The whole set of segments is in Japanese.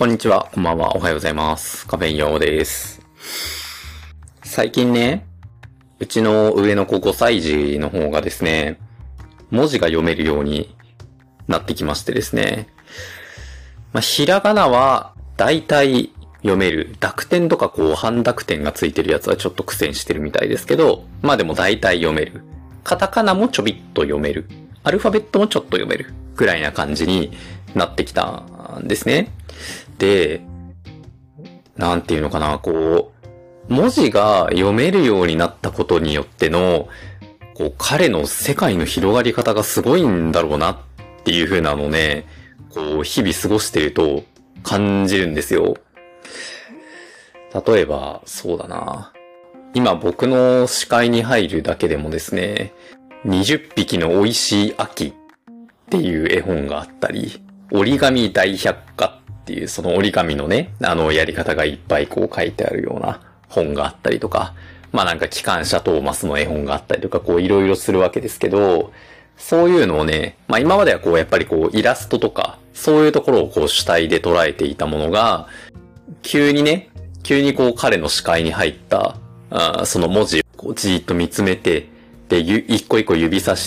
こんにちは、こんばんは、おはようございます。カフェインヨーです。最近ね、うちの上の子5歳児の方がですね、文字が読めるようになってきましてですね。ひらがなは大体読める。濁点とか半濁点がついてるやつはちょっと苦戦してるみたいですけど、でも大体読める。カタカナもちょびっと読める。アルファベットもちょっと読める。くらいな感じになってきたんですね。で、なんていうのかな、文字が読めるようになったことによっての、彼の世界の広がり方がすごいんだろうなっていう風なのをね、日々過ごしていると感じるんですよ。例えば、そうだな。今僕の視界に入るだけでもですね、20匹の美味しい秋っていう絵本があったり、折り紙大百科っていうその折り紙のね、やり方がいっぱい書いてあるような本があったりとか、機関車トーマスの絵本があったりとか、いろいろするわけですけど、そういうのをね、今まではやっぱりイラストとか、そういうところを主体で捉えていたものが、急に彼の視界に入った、その文字をじーっと見つめて、で、一個一個指さして、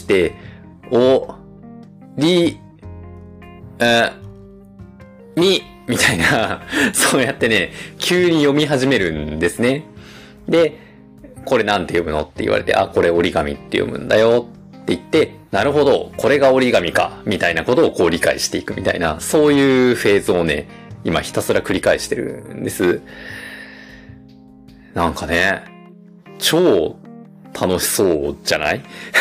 みたいな、そうやってね、急に読み始めるんですね。で、これなんて読むのって言われて、これ折り紙って読むんだよって言って、なるほど、これが折り紙か、みたいなことを理解していくみたいな、そういうフェーズをね、今ひたすら繰り返してるんです。なんかね、超楽しそうじゃない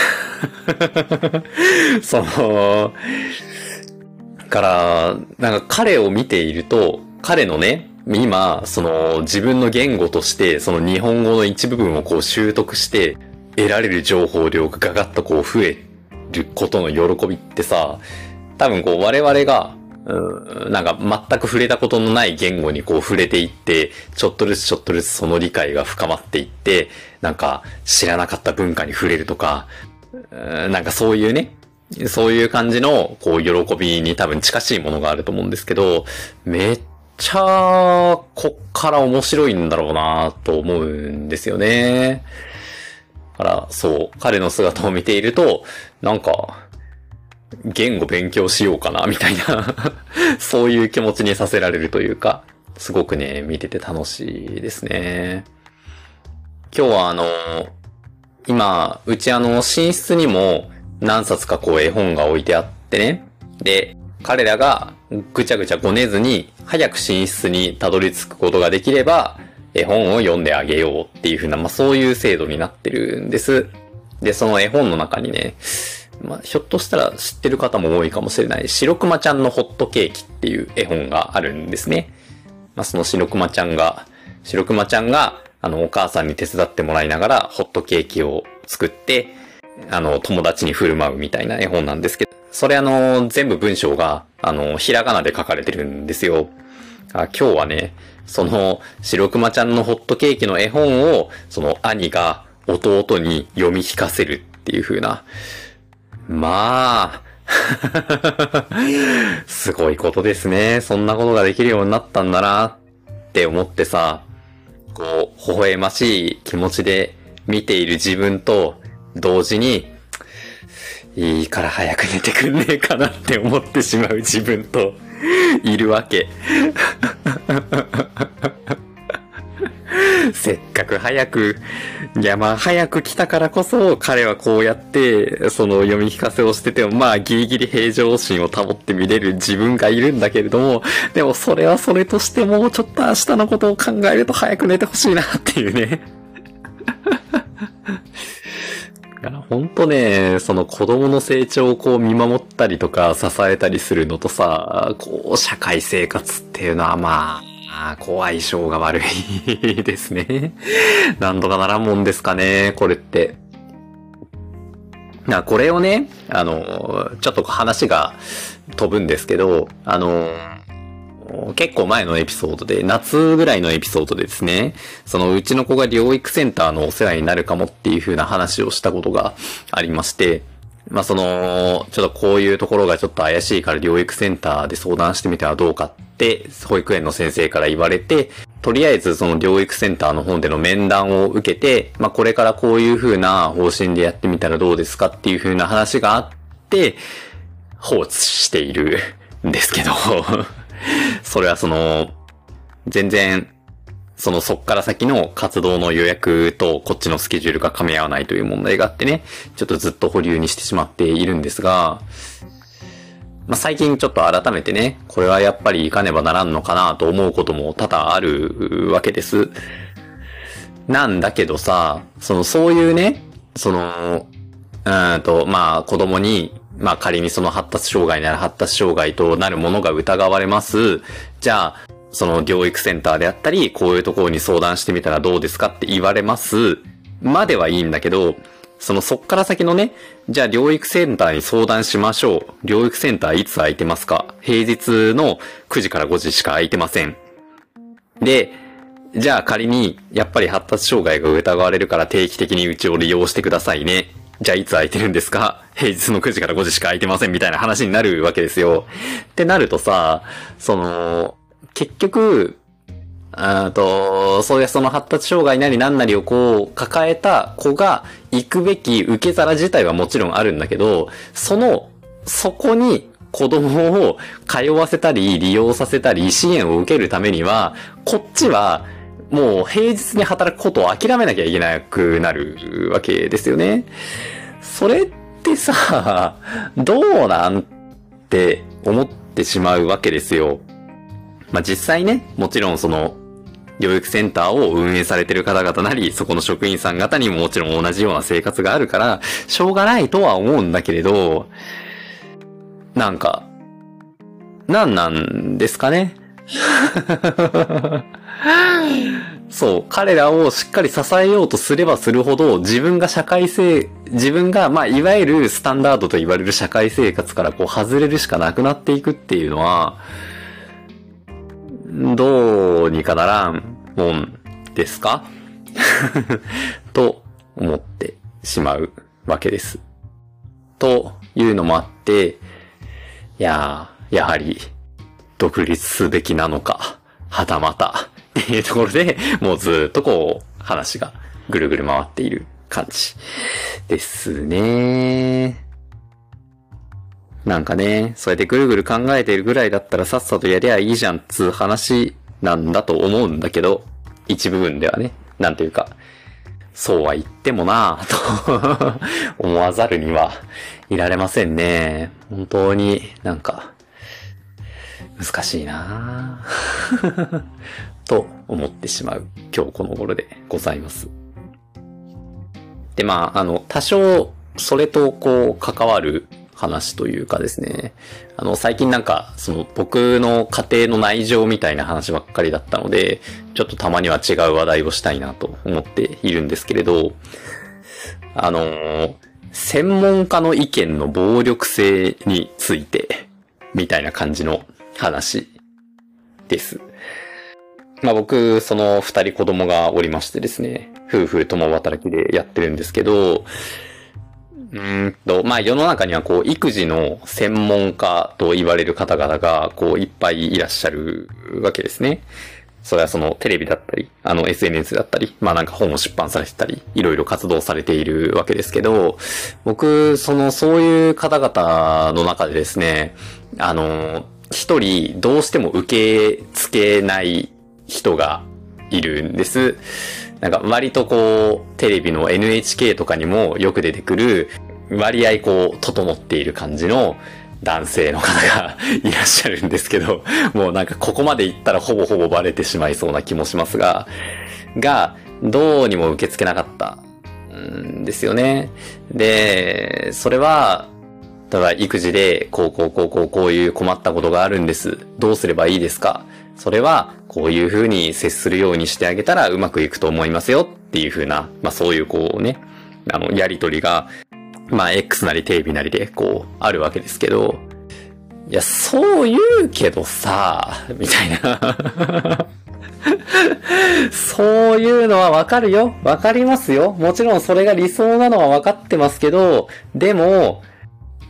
彼を見ていると、彼のね、今、自分の言語として、日本語の一部分を習得して、得られる情報量がガガッと増えることの喜びってさ、多分我々が、全く触れたことのない言語に触れていって、ちょっとずつその理解が深まっていって、知らなかった文化に触れるとか、そういうね、そういう感じの、喜びに多分近しいものがあると思うんですけど、めっちゃ、こっから面白いんだろうなと思うんですよね。だから、彼の姿を見ていると、言語勉強しようかな、みたいな、そういう気持ちにさせられるというか、すごくね、見てて楽しいですね。今日は今、うち寝室にも何冊か絵本が置いてあってね。で、彼らがぐちゃぐちゃごねずに早く寝室にたどり着くことができれば、絵本を読んであげようっていう風な、そういう制度になってるんです。で、その絵本の中にね、ひょっとしたら知ってる方も多いかもしれない、白熊ちゃんのホットケーキっていう絵本があるんですね。その白熊ちゃんが、お母さんに手伝ってもらいながら、ホットケーキを作って、友達に振る舞うみたいな絵本なんですけど、それ全部文章が、ひらがなで書かれてるんですよ。今日はね、その、白熊ちゃんのホットケーキの絵本を、その兄が弟に読み聞かせるっていう風な、すごいことですね。そんなことができるようになったんだなって思ってさ、微笑ましい気持ちで見ている自分と同時に、いいから早く寝てくんねえかなって思ってしまう自分といるわけ。せっかく早く来たからこそ、彼はこうやって、読み聞かせをしてても、ギリギリ平常心を保って見れる自分がいるんだけれども、でもそれはそれとしても、ちょっと明日のことを考えると早く寝てほしいなっていうね。だからほんとね、子供の成長を見守ったりとか支えたりするのとさ、社会生活っていうのは相性が悪いですね。なんとかならんもんですかね、これって。これをね、ちょっと話が飛ぶんですけど、結構前のエピソードで、夏ぐらいのエピソードでですね、うちの子が療育センターのお世話になるかもっていう風な話をしたことがありまして、 ちょっとこういうところがちょっと怪しいから療育センターで相談してみてはどうかって、保育園の先生から言われて、とりあえずその療育センターの方での面談を受けて、これからこういう風な方針でやってみたらどうですかっていう風な話があって、放置しているんですけど、それは全然、そっから先の活動の予約とこっちのスケジュールが噛み合わないという問題があってね、ちょっとずっと保留にしてしまっているんですが、最近ちょっと改めてね、これはやっぱり行かねばならんのかなと思うことも多々あるわけです。なんだけどさ、そういうね、子供に、仮にその発達障害なら発達障害となるものが疑われます。じゃあ、その療育センターであったり、こういうところに相談してみたらどうですかって言われます。まではいいんだけど、そっから先のね、じゃあ療育センターに相談しましょう。療育センターいつ空いてますか？平日の9時から5時しか空いてません。で、じゃあ仮に、やっぱり発達障害が疑われるから定期的にうちを利用してくださいね。じゃあいつ空いてるんですか？平日の9時から5時しか空いてませんみたいな話になるわけですよ。ってなるとさ、結局、そういうその発達障害なり何なりを抱えた子が行くべき受け皿自体はもちろんあるんだけど、そこに子供を通わせたり利用させたり支援を受けるためには、こっちはもう平日に働くことを諦めなきゃいけなくなるわけですよね。それってさ、どうなんて思ってしまうわけですよ。実際ね、もちろん療育センターを運営されている方々なり、そこの職員さん方にももちろん同じような生活があるから、しょうがないとは思うんだけれど、なんなんですかね。そう、彼らをしっかり支えようとすればするほど、自分がいわゆるスタンダードと言われる社会生活から外れるしかなくなっていくっていうのは、どうにかならんもんですかと思ってしまうわけです。というのもあって、やはり独立すべきなのか、はたまたっていうところでもうずっと話がぐるぐる回っている感じですね。なんかね、そうやってぐるぐる考えているぐらいだったらさっさとやりゃいいじゃんつう話なんだと思うんだけど、一部分ではね、なんていうか、そうは言ってもなぁと思わざるにはいられませんね。本当に難しいなぁと思ってしまう今日この頃でございます。で、多少それと関わる話というかですね。最近僕の家庭の内情みたいな話ばっかりだったので、ちょっとたまには違う話題をしたいなと思っているんですけれど、専門家の意見の暴力性について、みたいな感じの話です。僕、二人子供がおりましてですね、夫婦共働きでやってるんですけど、世の中には育児の専門家と言われる方々がいっぱいいらっしゃるわけですね。それはテレビだったり、SNS だったり、本を出版されてたり、いろいろ活動されているわけですけど、僕、そういう方々の中でですね、一人どうしても受け付けない人がいるんです。割とテレビの NHK とかにもよく出てくる、割合整っている感じの男性の方がいらっしゃるんですけど、もうここまで行ったらほぼほぼバレてしまいそうな気もしますが、どうにも受け付けなかったんですよね。で、それは、ただ育児でこういう困ったことがあるんです。どうすればいいですか？それは、こういう風に接するようにしてあげたらうまくいくと思いますよっていう風な、そういうやりとりが、X なりテレビなりであるわけですけど、いや、そう言うけどさ、みたいな。そういうのはわかりますよ。もちろんそれが理想なのはわかってますけど、でも、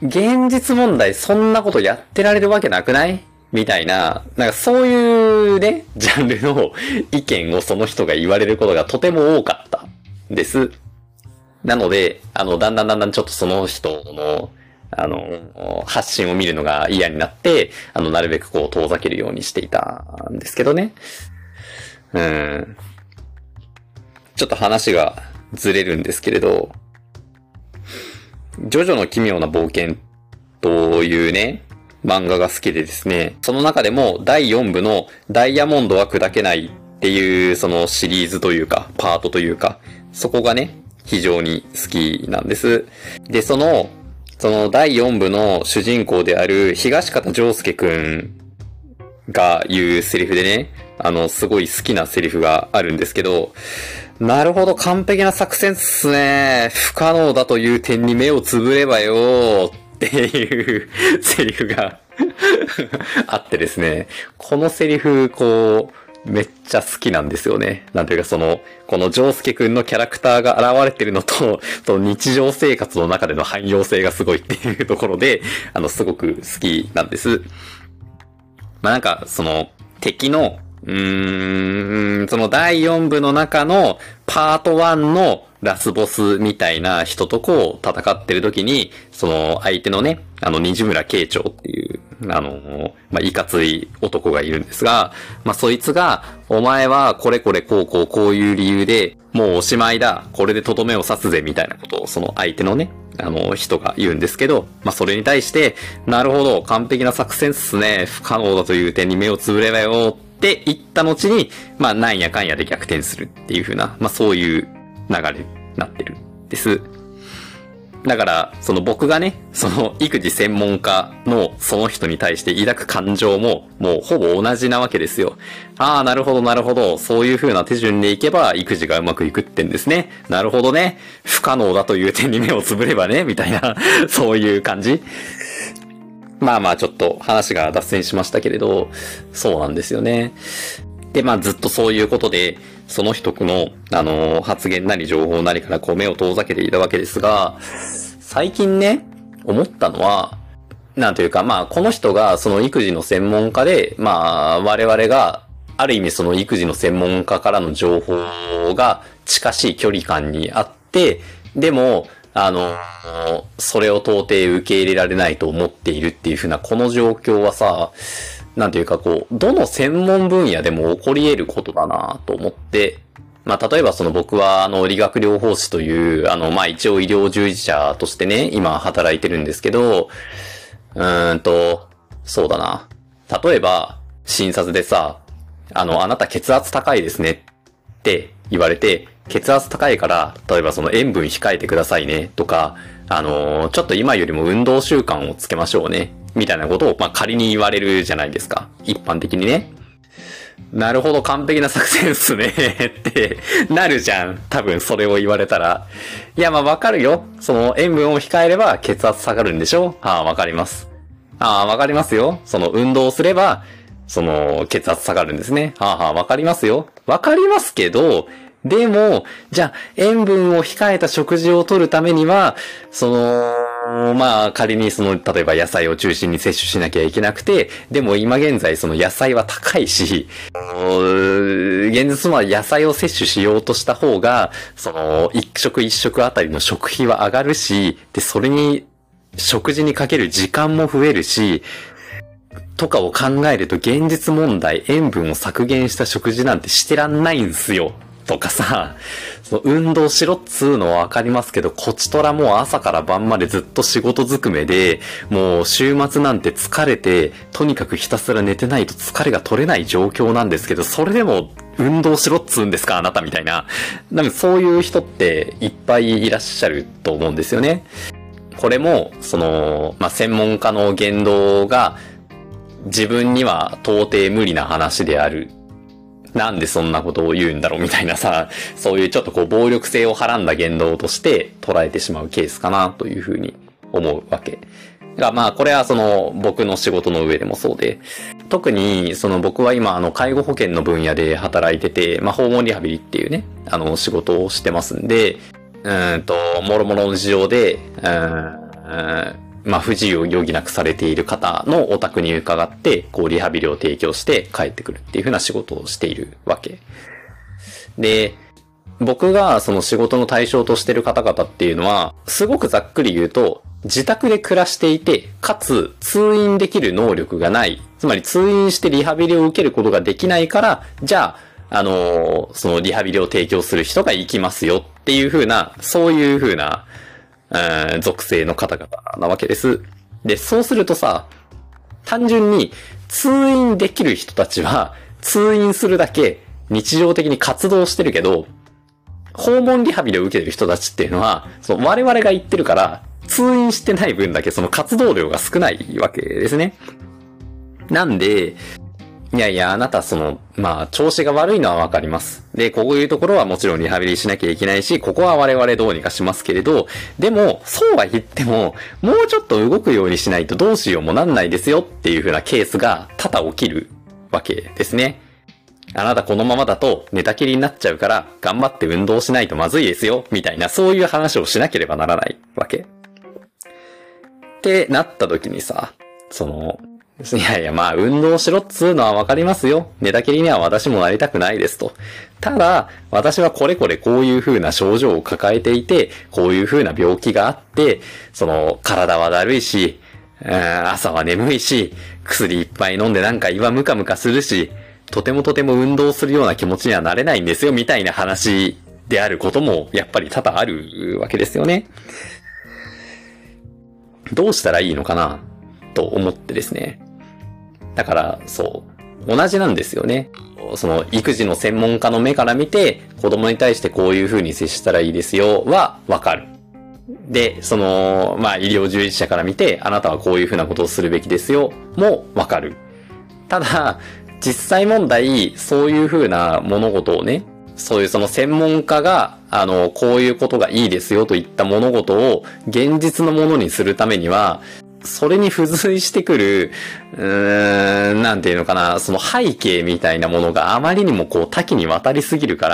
現実問題そんなことやってられるわけなくないみたいな、なんかそういうね、ジャンルの意見をその人が言われることがとても多かったんです。なので、だんだんちょっとその人の、発信を見るのが嫌になって、なるべくこう遠ざけるようにしていたんですけどね。ちょっと話がずれるんですけれど、ジョジョの奇妙な冒険というね、漫画が好きでですね、その中でも第4部のダイヤモンドは砕けないっていうそのシリーズというか、パートというか、そこがね、非常に好きなんです。で、その第4部の主人公である東方丈介くんが言うセリフでね、すごい好きなセリフがあるんですけど、なるほど、完璧な作戦っすね。不可能だという点に目をつぶればよっていうセリフがあってですね、このセリフ、めっちゃ好きなんですよね。なんていうかこの丈介くんのキャラクターが現れてるのと、日常生活の中での汎用性がすごいっていうところで、すごく好きなんです。なんか、敵の、その第4部の中のパート1のラスボスみたいな人と戦ってる時に、相手のね、西村慶長っていう、いかつい男がいるんですが、そいつが、お前はこれこういう理由で、もうおしまいだ、これでとどめを刺すぜ、みたいなことを、相手のね、人が言うんですけど、それに対して、なるほど、完璧な作戦っすね、不可能だという点に目をつぶればよ、って言った後に、なんやかんやで逆転するっていう風な、そういう流れになってるんです。だから、僕がね、育児専門家のその人に対して抱く感情も、もうほぼ同じなわけですよ。ああ、なるほど、そういう風な手順でいけば育児がうまくいくってんですね。なるほどね。不可能だという点に目をつぶればね、みたいな、そういう感じ。ちょっと話が脱線しましたけれど、そうなんですよね。で、ずっとそういうことで、その人の、発言なり情報なりから目を遠ざけていたわけですが、最近ね、思ったのは、なんというか、この人がその育児の専門家で、我々が、ある意味その育児の専門家からの情報が近しい距離感にあって、でも、それを到底受け入れられないと思っているっていう風なこの状況はさ、なんていうかどの専門分野でも起こり得ることだなと思って、例えば僕は理学療法士という、一応医療従事者としてね、今働いてるんですけど、そうだな。例えば、診察でさ、あなた血圧高いですねって言われて、血圧高いから、例えば塩分控えてくださいねとか、ちょっと今よりも運動習慣をつけましょうね。みたいなことを、仮に言われるじゃないですか。一般的にね。なるほど、完璧な作戦っすねってなるじゃん。多分それを言われたら。いや、わかるよ。塩分を控えれば血圧下がるんでしょ？わかります。わかりますよ。運動をすれば、血圧下がるんですね。わかりますよ。わかりますけど、でも、じゃあ、塩分を控えた食事を取るためには、仮に例えば野菜を中心に摂取しなきゃいけなくて、でも今現在野菜は高いし、現実は野菜を摂取しようとした方が、一食一食あたりの食費は上がるし、で、それに、食事にかける時間も増えるし、とかを考えると現実問題、塩分を削減した食事なんてしてらんないんすよ。とかさ、運動しろっつうのはわかりますけど、こちとらもう朝から晩までずっと仕事ずくめで、もう週末なんて疲れて、とにかくひたすら寝てないと疲れが取れない状況なんですけど、それでも運動しろっつうんですかあなたみたいな。なんかそういう人っていっぱいいらっしゃると思うんですよね。これも、専門家の言動が自分には到底無理な話である。なんでそんなことを言うんだろうみたいなさ、そういうちょっと暴力性をはらんだ言動として捉えてしまうケースかなというふうに思うわけ。がこれは僕の仕事の上でもそうで、特に僕は今介護保険の分野で働いてて、訪問リハビリっていうね、仕事をしてますんで、もろもろの事情で、 不自由を余儀なくされている方のお宅に伺って、リハビリを提供して帰ってくるっていう風な仕事をしているわけ。で、僕がその仕事の対象としている方々っていうのは、すごくざっくり言うと、自宅で暮らしていて、かつ通院できる能力がない。つまり通院してリハビリを受けることができないから、じゃあ、そのリハビリを提供する人が行きますよっていう風な、そういう風な、属性の方々なわけです。で、そうするとさ、単純に通院できる人たちは通院するだけ日常的に活動してるけど、訪問リハビリを受けてる人たちっていうのは、その我々が言ってるから通院してない分だけその活動量が少ないわけですね。なんで、いやいや、あなた調子が悪いのはわかります。で、こういうところはもちろんリハビリしなきゃいけないし、ここは我々どうにかしますけれど、でも、そうは言っても、もうちょっと動くようにしないとどうしようもなんないですよっていう風なケースが多々起きるわけですね。あなたこのままだと寝たきりになっちゃうから頑張って運動しないとまずいですよ、みたいなそういう話をしなければならないわけ。ってなった時にさ、いやいや、運動しろっつうのはわかりますよ。寝たきりには私もなりたくないですと。ただ、私はこれこれこういう風な症状を抱えていて、こういう風な病気があって、体はだるいし、朝は眠いし、薬いっぱい飲んでなんか胃はムカムカするし、とても運動するような気持ちにはなれないんですよ、みたいな話であることも、やっぱり多々あるわけですよね。どうしたらいいのかなと思ってですね。だから、同じなんですよね。育児の専門家の目から見て、子供に対してこういう風に接したらいいですよ、は、わかる。で、医療従事者から見て、あなたはこういう風なことをするべきですよ、もわかる。ただ、実際問題、そういう風な物事をね、そういう専門家が、こういうことがいいですよといった物事を現実のものにするためには、それに付随してくる、なんていうのかな、その背景みたいなものがあまりにも多岐にわたりすぎるから、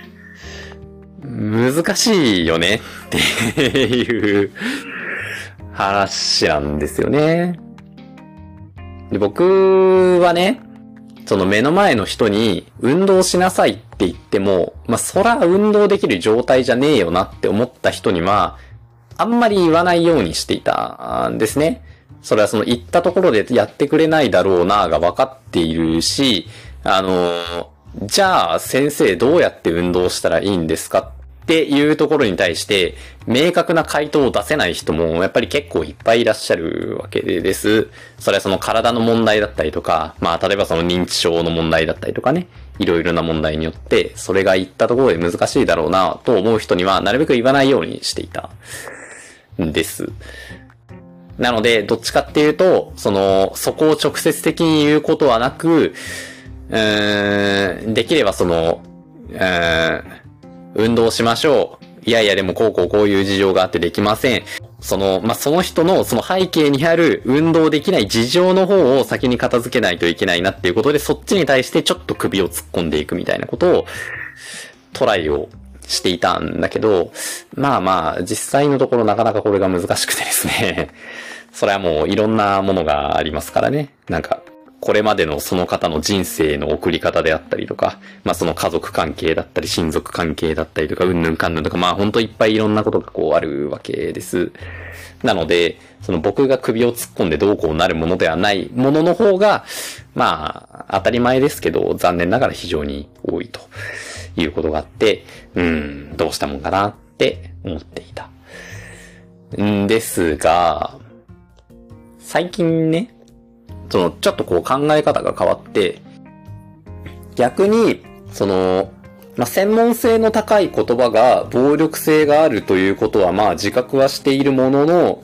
難しいよねっていう話なんですよね。で、僕はね、目の前の人に運動しなさいって言っても、そら運動できる状態じゃねえよなって思った人には、あんまり言わないようにしていたんですね。それは言ったところでやってくれないだろうなが分かっているし、じゃあ先生どうやって運動したらいいんですかっていうところに対して明確な回答を出せない人もやっぱり結構いっぱいいらっしゃるわけです。それは体の問題だったりとか、例えば認知症の問題だったりとかね、いろいろな問題によってそれが言ったところで難しいだろうなと思う人にはなるべく言わないようにしていたんです。なので、どっちかっていうと、そこを直接的に言うことはなく、できれば運動しましょう。いやいやでもこういう事情があってできません。その人の背景にある運動できない事情の方を先に片付けないといけないなっていうことで、そっちに対してちょっと首を突っ込んでいくみたいなことをトライをしていたんだけど、実際のところなかなかこれが難しくてですね。それはもういろんなものがありますからね。これまでのその方の人生の送り方であったりとか、家族関係だったり、親族関係だったりとか、うんぬんかんぬんとか、ほんといっぱいいろんなことがあるわけです。なので、僕が首を突っ込んでどうこうなるものではないものの方が、当たり前ですけど、残念ながら非常に多いということがあって、どうしたもんかなって思っていた。んですが、最近ね、ちょっと考え方が変わって、逆に、専門性の高い言葉が暴力性があるということは自覚はしているものの、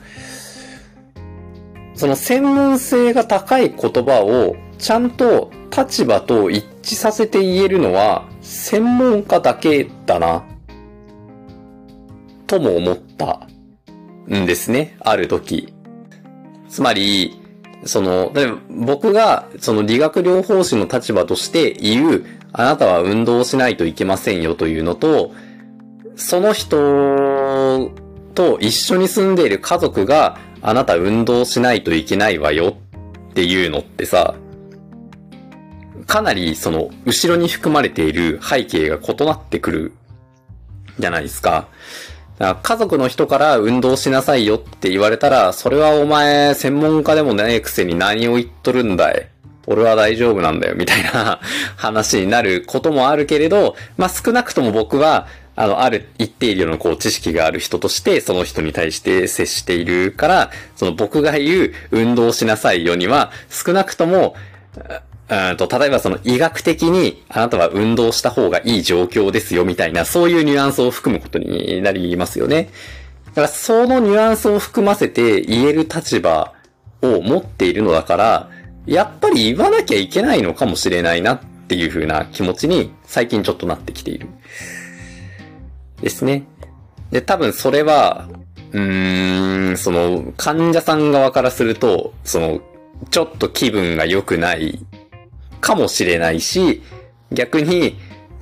専門性が高い言葉をちゃんと立場と一致させて言えるのは専門家だけだな、とも思ったんですね、ある時。つまり、僕が理学療法士の立場として言う、あなたは運動しないといけませんよというのと、その人と一緒に住んでいる家族があなた運動しないといけないわよっていうのってさ、かなりその後ろに含まれている背景が異なってくるじゃないですか。だから家族の人から運動しなさいよって言われたら、それはお前専門家でもないくせに何を言っとるんだい。俺は大丈夫なんだよみたいな話になることもあるけれど、まあ、少なくとも僕はある一定量の知識がある人としてその人に対して接しているから、その僕が言う運動しなさいよには少なくとも例えばその医学的にあなたは運動した方がいい状況ですよみたいな、そういうニュアンスを含むことになりますよね。だからそのニュアンスを含ませて言える立場を持っているのだから、やっぱり言わなきゃいけないのかもしれないなっていう風な気持ちに最近ちょっとなってきている。ですね。で、多分それは、その患者さん側からすると、そのちょっと気分が良くないかもしれないし、逆に、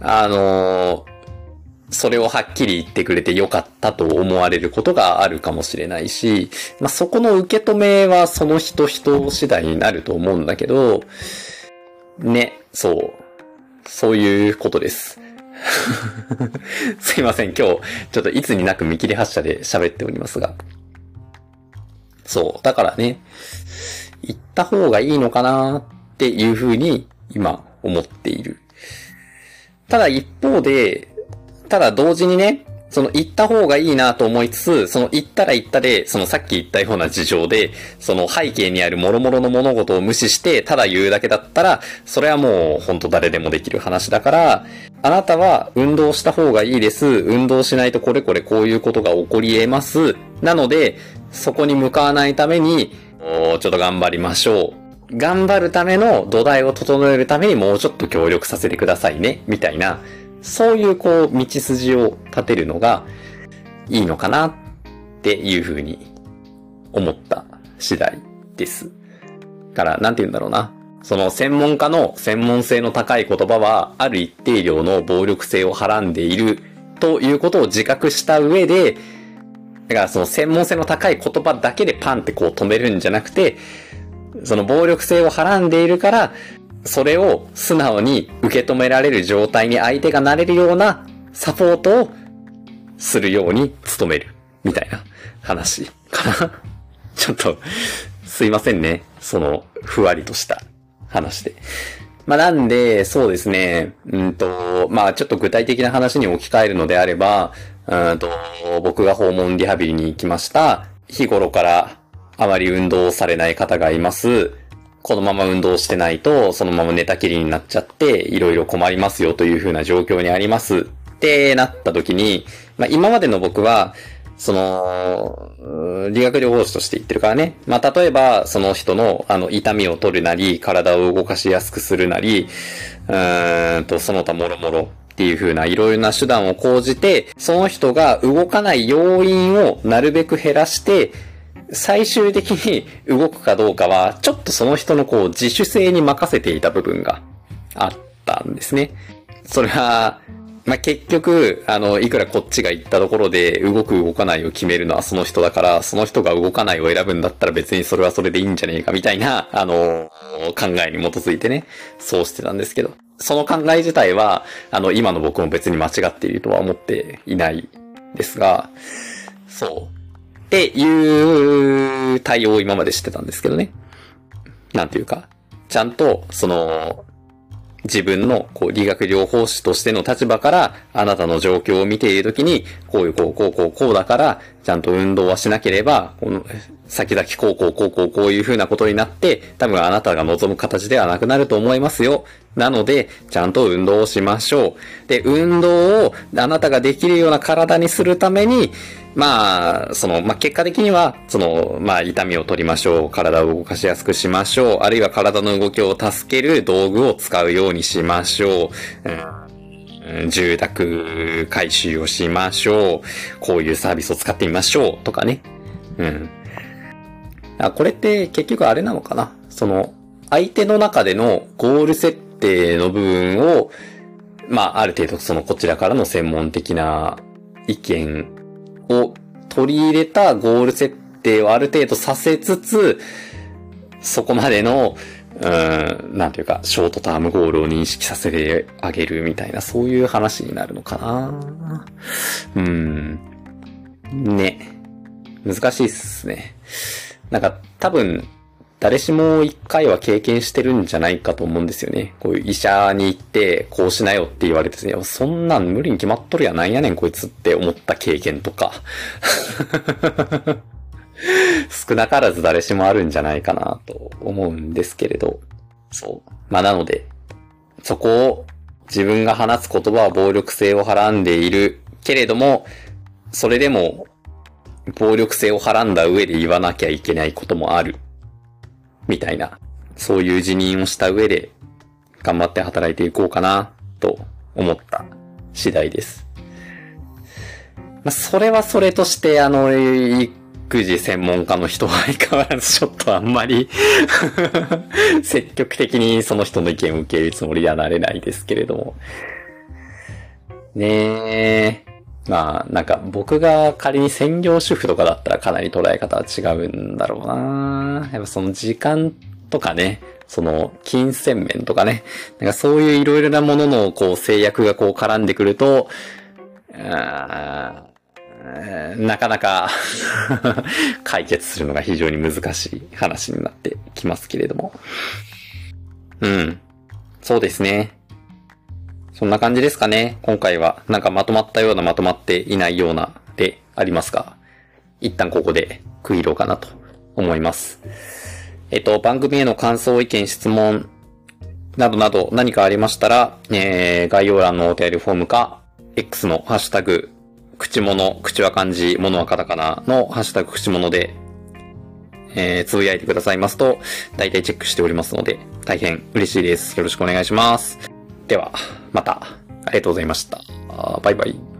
それをはっきり言ってくれてよかったと思われることがあるかもしれないし、まあ、そこの受け止めはその人次第になると思うんだけど、ね、そういうことです。すいません、今日、ちょっといつになく見切り発車で喋っておりますが。そう、だからね、言った方がいいのかなっていうふうに今思っている。ただ一方で、ただ同時にね、その言った方がいいなと思いつつ、その言ったら言ったで、そのさっき言ったような事情で、その背景にある諸々の物事を無視して、ただ言うだけだったら、それはもうほんと誰でもできる話だから、あなたは運動した方がいいです。運動しないとこれこれこういうことが起こり得ます。なので、そこに向かわないために、ちょっと頑張りましょう。頑張るための土台を整えるためにもうちょっと協力させてくださいね。みたいな、そういう道筋を立てるのがいいのかなっていうふうに思った次第です。から、なんて言うんだろうな。その専門家の専門性の高い言葉は、ある一定量の暴力性をはらんでいるということを自覚した上で、だからその専門性の高い言葉だけでパンって止めるんじゃなくて、その暴力性をはらんでいるから、それを素直に受け止められる状態に相手がなれるようなサポートをするように努めるみたいな話かな。ちょっとすいませんね。そのふわりとした話で。まあなんで、そうですね。まあちょっと具体的な話に置き換えるのであれば、僕が訪問リハビリに行きました。日頃からあまり運動されない方がいます。このまま運動してないと、そのまま寝たきりになっちゃって、いろいろ困りますよという風な状況にあります。ってなった時に、まあ今までの僕は、その、理学療法士として言ってるからね。まあ例えば、その人の痛みを取るなり、体を動かしやすくするなり、その他もろもろっていう風ないろいろな手段を講じて、その人が動かない要因をなるべく減らして、最終的に動くかどうかは、ちょっとその人の自主性に任せていた部分があったんですね。それは、まあ、結局、いくらこっちが言ったところで動く動かないを決めるのはその人だから、その人が動かないを選ぶんだったら別にそれはそれでいいんじゃねえかみたいな、考えに基づいてね、そうしてたんですけど、その考え自体は、今の僕も別に間違っているとは思っていないですが、そう。っていう対応を今までしてたんですけどね。なんていうか、ちゃんと、自分の理学療法士としての立場からあなたの状況を見ているときにこうだからちゃんと運動はしなければ先々こういう風なことになって多分あなたが望む形ではなくなると思いますよ。なのでちゃんと運動をしましょう。で、運動をあなたができるような体にするために結果的には、痛みを取りましょう。体を動かしやすくしましょう。あるいは体の動きを助ける道具を使うようにしましょう。住宅改修をしましょう。こういうサービスを使ってみましょう。とかね。これって結局あれなのかな。相手の中でのゴール設定の部分を、ある程度こちらからの専門的な意見を取り入れたゴール設定をある程度させつつ、そこまでの、なんていうか、ショートタームゴールを認識させてあげるみたいな、そういう話になるのかな。ね。難しいっすね。なんか、多分、誰しも一回は経験してるんじゃないかと思うんですよね。こういう医者に行って、こうしなよって言われてね、そんなん無理に決まっとるやなんやねんこいつって思った経験とか。少なからず誰しもあるんじゃないかなと思うんですけれど。そう。まあなので、そこを自分が話す言葉は暴力性をはらんでいるけれども、それでも暴力性をはらんだ上で言わなきゃいけないこともある。みたいな、そういう辞任をした上で頑張って働いていこうかなと思った次第です。まあ、それはそれとして育児専門家の人は相変わらずちょっとあんまり積極的にその人の意見を受け入れるつもりにはなれないですけれども。ねえ。まあ、なんか僕が仮に専業主婦とかだったらかなり捉え方は違うんだろうな。やっぱその時間とかね、その金銭面とかね、なんかそういういろいろなもののこう制約がこう絡んでくると、なかなか解決するのが非常に難しい話になってきますけれども。そうですね。そんな感じですかね。今回はなんかまとまったようなまとまっていないようなでありますが、一旦ここで区切ろうかなと思います。番組への感想、意見、質問などなど何かありましたら、概要欄のお便りフォームか、X のハッシュタグ、口物、口は漢字、物はカタカナのハッシュタグ口物で、つぶやいてくださいますと、大体チェックしておりますので、大変嬉しいです。よろしくお願いします。では、また、ありがとうございました。バイバイ。